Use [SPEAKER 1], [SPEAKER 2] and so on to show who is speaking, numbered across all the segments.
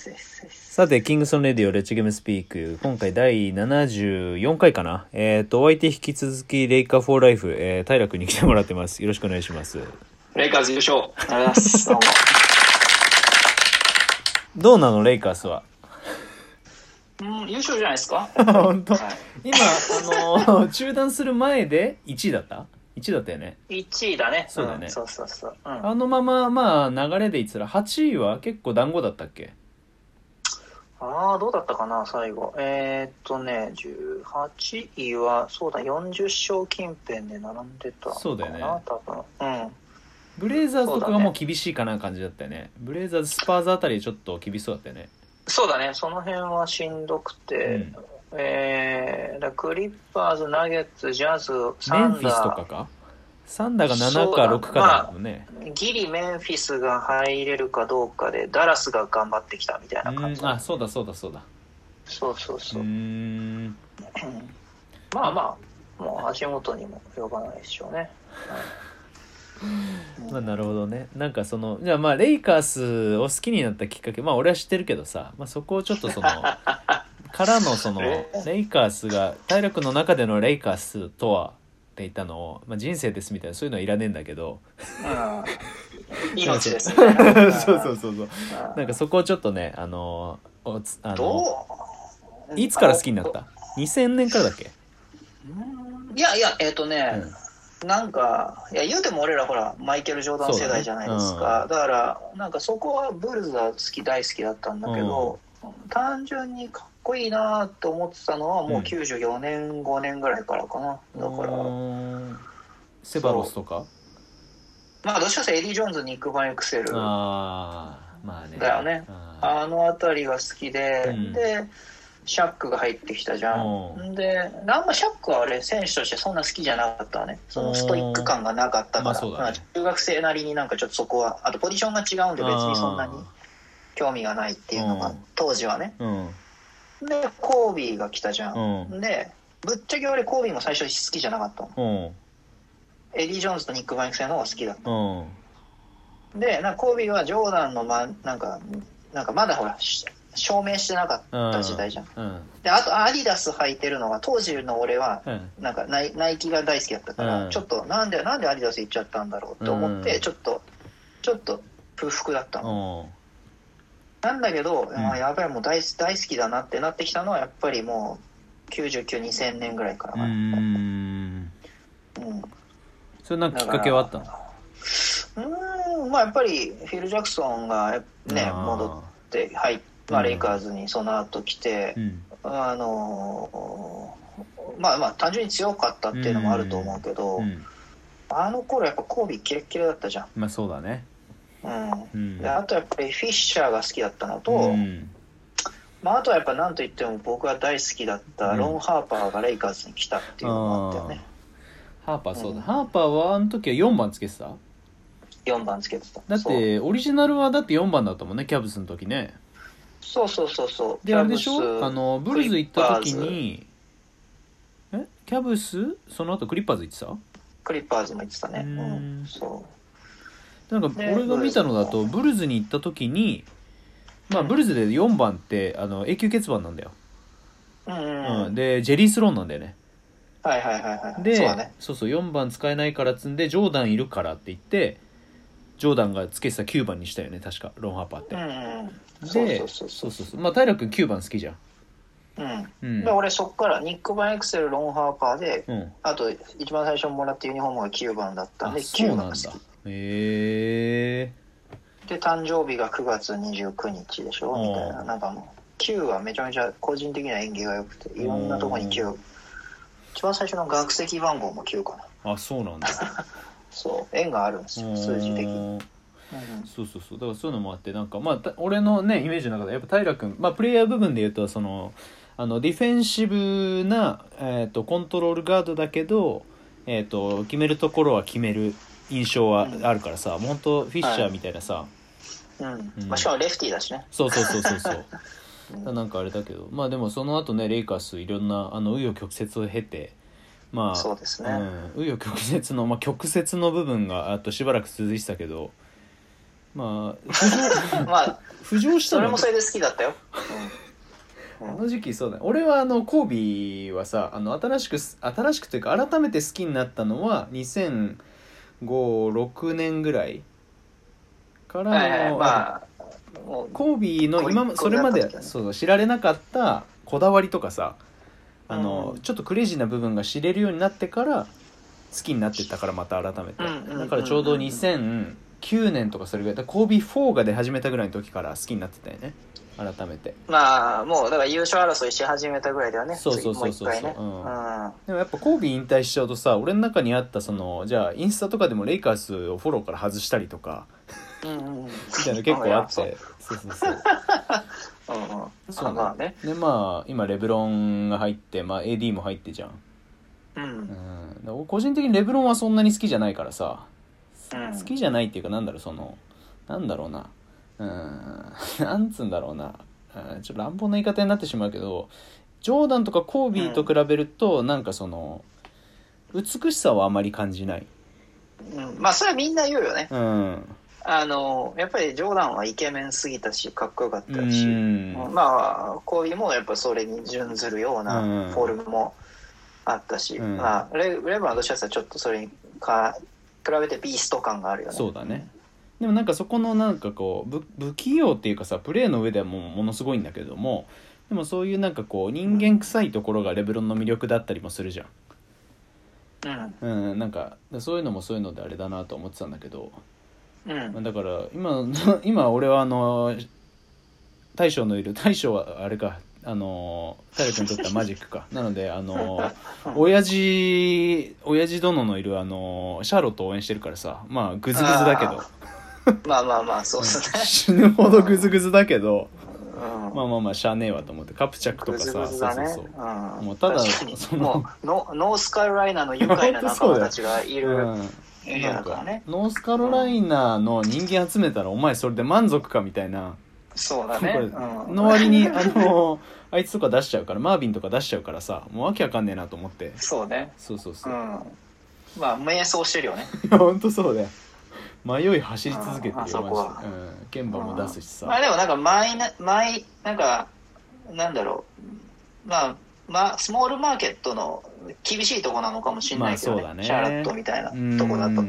[SPEAKER 1] さて、キングソンレディオレッチゲームスピーク、今回第74回かな。お相手引き続きレイカーフォーライフ、平君に来てもらってます。よろしくお願いします。
[SPEAKER 2] レイカーズ優勝。ありがとうございます。どうも。
[SPEAKER 1] どうなのレイカーズは。
[SPEAKER 2] 優勝じゃないですか。
[SPEAKER 1] 本当、
[SPEAKER 2] はい、
[SPEAKER 1] 今中断する前で1位だった ?1 位だったよね。
[SPEAKER 2] 1位だね。
[SPEAKER 1] そうだね。
[SPEAKER 2] そうそうそう。
[SPEAKER 1] あのまままあ流れで言ってたら8位は結構団子だったっけ？
[SPEAKER 2] どうだったかな最後。18位はそうだ40勝近辺で並んでたのかな。
[SPEAKER 1] そうだよね。
[SPEAKER 2] 多分。
[SPEAKER 1] ブレイザーズとかがもう厳しいかな感じだったよね。ブレイザーズスパーズあたりちょっと厳しそうだったよね。
[SPEAKER 2] そうだね。その辺はしんどくて、クリッパーズ、ナゲッツ、ジャズ、サンダー、
[SPEAKER 1] メンフィスとかか。サンダーが7か6かだもんね。
[SPEAKER 2] ギリメンフィスが入れるかどうかでダラスが頑張ってきたみたいな感じ。
[SPEAKER 1] そうだ。
[SPEAKER 2] そうまあもう足元にも及ばないでしょうね。
[SPEAKER 1] まあなるほどね。なんかじゃあまあレイカースを好きになったきっかけ、まあ俺は知ってるけどさ、まあそこをちょっとからのレイカースが平君の中でのレイカースとはって言ったのを、まあ、人生ですみたいなそういうのはいらねえんだけど、
[SPEAKER 2] 命ですね。
[SPEAKER 1] そうなんかそこをちょっとねいつから好きになった？ 2000 年からだっけ？
[SPEAKER 2] いやなんか言うても俺らほらマイケル・ジョーダン世代じゃないですか。だからなんかそこはブルズは大好きだったんだけど、単純にかっこいいなと思ってたのはもう94年、5年ぐらいからかな。だから
[SPEAKER 1] セバロスとか
[SPEAKER 2] まあどうしようエディ・ジョーンズ、ニック・バンエクセル
[SPEAKER 1] まあね
[SPEAKER 2] だよね。あのあたりが好きで、でシャックが入ってきたじゃん。であんまシャックはあれ選手としてそんな好きじゃなかったわね。そのストイック感がなかったから、中学生なりになんかちょっとそこはあとポジションが違うんで別にそんなに興味がないっていうのが当時はね。でコービーが来たじゃん。でぶっちゃけ俺コービーも最初好きじゃなかったの。エディ・ジョーンズとニック・バンエクセルの方が好きだった。でコービーはジョーダンのなんかまだほら証明してなかった時代じゃん。であとアディダス履いてるのが当時の俺はなんかナイキが大好きだったから、ちょっとなんでアディダス行っちゃったんだろうと思って、ちょっと不服だったの。なんだけど、やばいもう大好きだなってなってきたのはやっぱりもう99、2000年ぐらいからかな。
[SPEAKER 1] それなんかきっかけはあったの？
[SPEAKER 2] まあやっぱりフィル・ジャクソンがね戻って入って、レイカーズにその後来て、まあ単純に強かったっていうのもあると思うけど、あの頃やっぱコービーキレッキレだったじゃん。
[SPEAKER 1] まあそうだね。
[SPEAKER 2] であとやっぱりフィッシャーが好きだったのと、あとはやっぱ何と言っても僕が大好きだったロン・ハーパーがレイカーズに来たっていうのもあったよね。
[SPEAKER 1] ハーパーそうだ、ハーパーはあの時は4番つけてた
[SPEAKER 2] ？4番つけてた。
[SPEAKER 1] だってオリジナルはだって4番だったもんね、キャブスの時ね。
[SPEAKER 2] そう
[SPEAKER 1] であれでしょ、ブルズ行った時にキャブスその後クリッパーズ行ってた？
[SPEAKER 2] クリッパーズも行ってたね。
[SPEAKER 1] なんか俺が見たのだとブルズに行った時にまあブルズで4番って永久欠番なんだよ。でジェリー・スローンなんだよね。でそう4番使えないからっつんでジョーダンいるからって言ってジョーダンがつけてた9番にしたよね確かロン・ハーパーって。でそうまあ平君9番好きじゃん。
[SPEAKER 2] で俺そっからニック・バンエクセル、ロン・ハーパーで、あと一番最初にもらったユニフォームが9番だったんで9番が好き。で誕生日が9月29日でしょみたいな。なんかもう9はめちゃめちゃ個人的な縁起が良くていろんなとこに9、一番最初の学籍番号も9かな。
[SPEAKER 1] そうなんだ。
[SPEAKER 2] そう縁があるんですよ数字的に。
[SPEAKER 1] そうだからそういうのもあってなんかまあ俺のねイメージの中でやっぱ平君まあプレイヤー部分で言うとディフェンシブなコントロールガードだけど決めるところは決める印象はあるからさ、もうほんとフィッシャーみたいなさ、
[SPEAKER 2] しかもレフティーだしね。
[SPEAKER 1] そうなんかあれだけどまあでもその後ねレイカースいろんな紆余曲折を経てまあ
[SPEAKER 2] そうですね、
[SPEAKER 1] 紆余曲折の曲折の部分があとしばらく続いてたけどまあ
[SPEAKER 2] まあ
[SPEAKER 1] 浮上したの。
[SPEAKER 2] それもそれで好きだったよ。
[SPEAKER 1] あの時期そうだね。俺はコービーはさ、新しくというか改めて好きになったのは2005、6年ぐらいからの、
[SPEAKER 2] まあ
[SPEAKER 1] コービーのそれまでそう知られなかったこだわりとかさ、ちょっとクレイジーな部分が知れるようになってから好きになってったから、また改めて、だからちょうど2009年とかそれぐらい、コービー4が出始めたぐらいの時から好きになってたよね、改めて。
[SPEAKER 2] まあもうだから優勝争いし始めたぐらいだよね。
[SPEAKER 1] そう、ね、でもやっぱコービー引退しちゃうとさ、俺の中にあったじゃあインスタとかでもレイカーズをフォローから外したりとかみたいな結構あって、そう
[SPEAKER 2] まあね。
[SPEAKER 1] でまあ今レブロンが入って、まあ AD も入ってじゃん。個人的にレブロンはそんなに好きじゃないからさ、好きじゃないっていうかなんだろうな、なんつうんだろうな、ちょっと乱暴な言い方になってしまうけど、ジョーダンとかコービーと比べると、なんか美しさはあまり感じない。
[SPEAKER 2] まあそれはみんな言うよね。やっぱりジョーダンはイケメンすぎたしかっこよかったし、まあコービーもやっぱそれに準ずるようなフォルムもあったし、まあレブロンはどちらかというとちょっとそれに比べてビースト感があるよね。
[SPEAKER 1] そうだね。でもなんかそこのなんかこう不器用っていうかさ、プレーの上ではものすごいんだけれども、でもそういうなんかこう人間臭いところがレブロンの魅力だったりもするじゃん。なんかそういうのもそういうのであれだなと思ってたんだけど、だから今俺は大将はあれか、体力にとってはマジックかなので親父殿のいるシャーロットを応援してるからさ、まあグズグズだけど
[SPEAKER 2] まあそうっすね
[SPEAKER 1] 死ぬほどグズグズだけど、まあしゃあねえわと思って、カプチャックとかさ、そうもうただ
[SPEAKER 2] もうノースカロライナの愉快な仲間たちがいるエリアだからね。
[SPEAKER 1] ノースカロライナの人間集めたらお前それで満足かみたいな。
[SPEAKER 2] そうだね。
[SPEAKER 1] の割にあいつとか出しちゃうから、マービンとか出しちゃうからさ、もうわけわかんねえなと思って。
[SPEAKER 2] そうね。
[SPEAKER 1] そう、
[SPEAKER 2] まあ迷走してるよね。
[SPEAKER 1] ほんとそうだよ。迷い走り続けてるよ、マジで。鍵盤も出すしさ。
[SPEAKER 2] まあでもなんかなんかなんだろう、まあスモールマーケットの厳しいとこなのかもしれないけどね、シャーロットみたいなとこだと。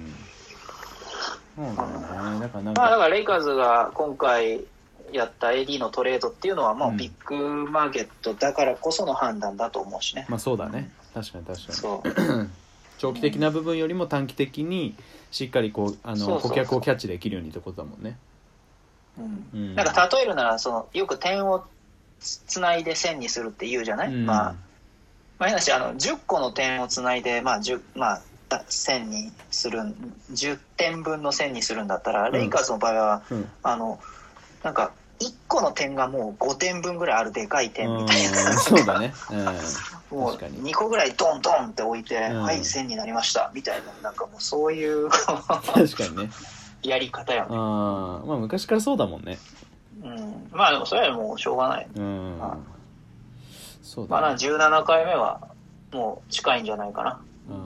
[SPEAKER 1] そうだね。だ
[SPEAKER 2] からレイカーズが今回やった AD のトレードっていうのはもうビッグマーケットだからこその判断だと思うしね。
[SPEAKER 1] まあそうだね。確かに。そう長期的な部分よりも短期的にしっかりこう顧客をキャッチできるようにってことだもんね。
[SPEAKER 2] なんか例えるならよく点をつないで線にするって言うじゃない。まあ変な話10個の点をつないで線にする10点分の線にするんだったら、レイカーズの場合は、なんか1個の点がもう5点分ぐらいあるでかい点みたいな、
[SPEAKER 1] そうだね、
[SPEAKER 2] もう2個ぐらいドンドンって置いて、はい線になりましたみたいな、なんかもうそういう
[SPEAKER 1] 確かにね
[SPEAKER 2] やり方やね。
[SPEAKER 1] まあ昔からそうだもんね。
[SPEAKER 2] まあでもそれはもうしょうがない。
[SPEAKER 1] そうだね。
[SPEAKER 2] まあ17回目はもう近いんじゃないかな。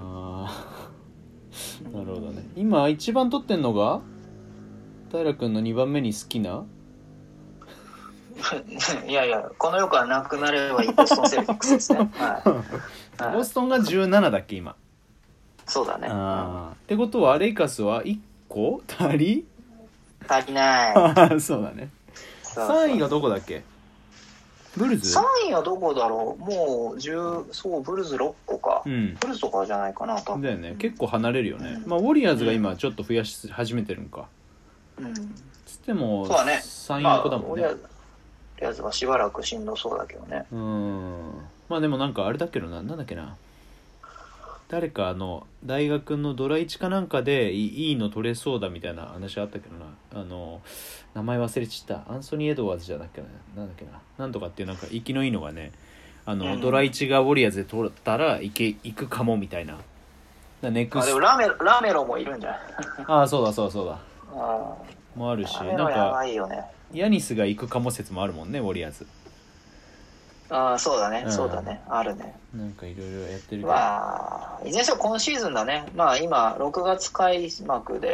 [SPEAKER 1] なるほどね。今一番撮ってんのが平君の2番目に好きな
[SPEAKER 2] いやこの世からなくなればいいボストンセルティックスですね。
[SPEAKER 1] ボストンが17だっけ今。
[SPEAKER 2] そうだね。
[SPEAKER 1] ってことはレイカーズは1個足り
[SPEAKER 2] ない
[SPEAKER 1] そうだね。3位がどこだっけ？ブルズ？
[SPEAKER 2] 3 位はどこだろう。もうそうブルズ6個か、ブルズとかじゃないかな多分。
[SPEAKER 1] だよね。結構離れるよね。まあウォリアーズが今ちょっと増やし始めてるんか。つっても
[SPEAKER 2] そうだね。
[SPEAKER 1] 3、4個だもんね。
[SPEAKER 2] ウォリアーズはしばらくしんどそうだけどね。
[SPEAKER 1] まあでもなんかあれだけどなんだっけな。誰か大学のドラ1かなんかでいいの取れそうだみたいな話あったけどな。名前忘れちゃった。アンソニー・エドワーズじゃなくてなんだっけな。なんとかっていうなんか息のいいのがね、ドラ1がウォリアーズで取ったら行くかもみたいな。
[SPEAKER 2] ネクスト。でもラメロもいるんじゃない？
[SPEAKER 1] そうだ。もあるし、なんか
[SPEAKER 2] やばいよね。
[SPEAKER 1] ヤニスが行くかも説もあるもんね、ウォリアーズ。
[SPEAKER 2] そうだね、あるね。
[SPEAKER 1] なんかいろいろやってるけど。
[SPEAKER 2] まあいずれにせよ今シーズンだね。まあ今6月開幕で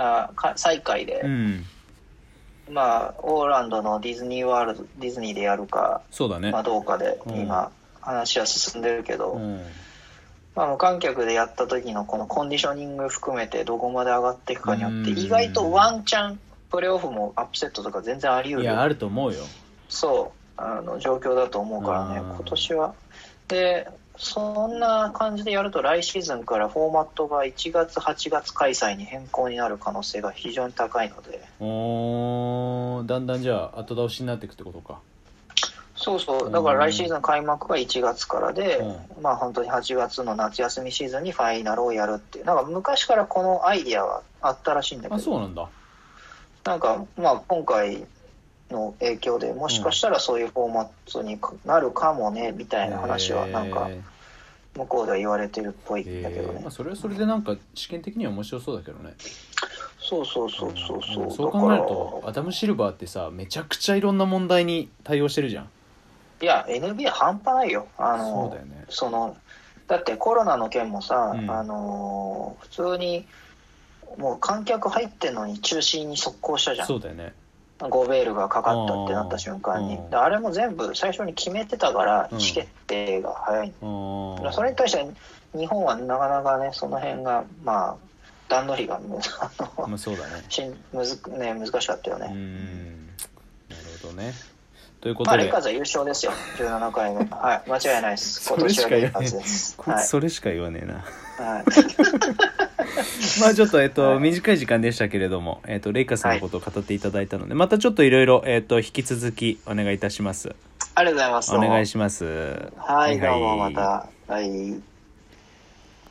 [SPEAKER 2] 再開で、まあオーランドのディズニーワールド、ディズニーでやるか、
[SPEAKER 1] そうだね、
[SPEAKER 2] まあ、どうかで今話は進んでるけど、まあ、無観客でやった時のこのコンディショニング含めてどこまで上がっていくかによって意外とワンチャンプレーオフもアップセットとか全然あり得る。
[SPEAKER 1] いやあると思うよ。
[SPEAKER 2] そう状況だと思うからね今年は。でそんな感じでやると来シーズンからフォーマットが1月8月開催に変更になる可能性が非常に高いので、
[SPEAKER 1] だんだんじゃあ後倒しになっていくってことか。
[SPEAKER 2] そうそう、だから来シーズン開幕が1月からで、まあ本当に8月の夏休みシーズンにファイナルをやるっていう、なんか昔からこのアイディアはあったらしいんだけど、
[SPEAKER 1] あ、そうなんだ。
[SPEAKER 2] なんかまあ今回の影響でもしかしたらそういうフォーマットになるかもねみたいな話はなんか向こうでは言われてるっぽいんだけどね。
[SPEAKER 1] まあ、それはそれでなんか試験的には面白そうだけどね。
[SPEAKER 2] そうそう
[SPEAKER 1] そう考えるとアダム・シルバーってさめちゃくちゃいろんな問題に対応してるじゃん。
[SPEAKER 2] いや NBA 半端ないよ。
[SPEAKER 1] そうだよね。
[SPEAKER 2] だってコロナの件もさ、普通にもう観客入ってんのに中止に速攻したじゃん。
[SPEAKER 1] そうだよね。
[SPEAKER 2] ゴベールがかかったってなった瞬間に、あれも全部最初に決めてたから意思決定が早い、それに対して日本はなかなかねその辺がまあ段取りが
[SPEAKER 1] まあそうだね
[SPEAKER 2] 難しかったよね。
[SPEAKER 1] なるほどね。ということで、
[SPEAKER 2] まあレイカーズは優勝ですよ17回目はい間違いないです今年はレイカーズです。
[SPEAKER 1] こいつそれしか言わねえな、
[SPEAKER 2] はい
[SPEAKER 1] まあちょっと短い時間でしたけれどもレイカーズのことを語っていただいたので、またちょっといろいろ引き続きお願いいたします。
[SPEAKER 2] ありがとうございます。
[SPEAKER 1] お願いします。
[SPEAKER 2] はい、どうもまた。はい。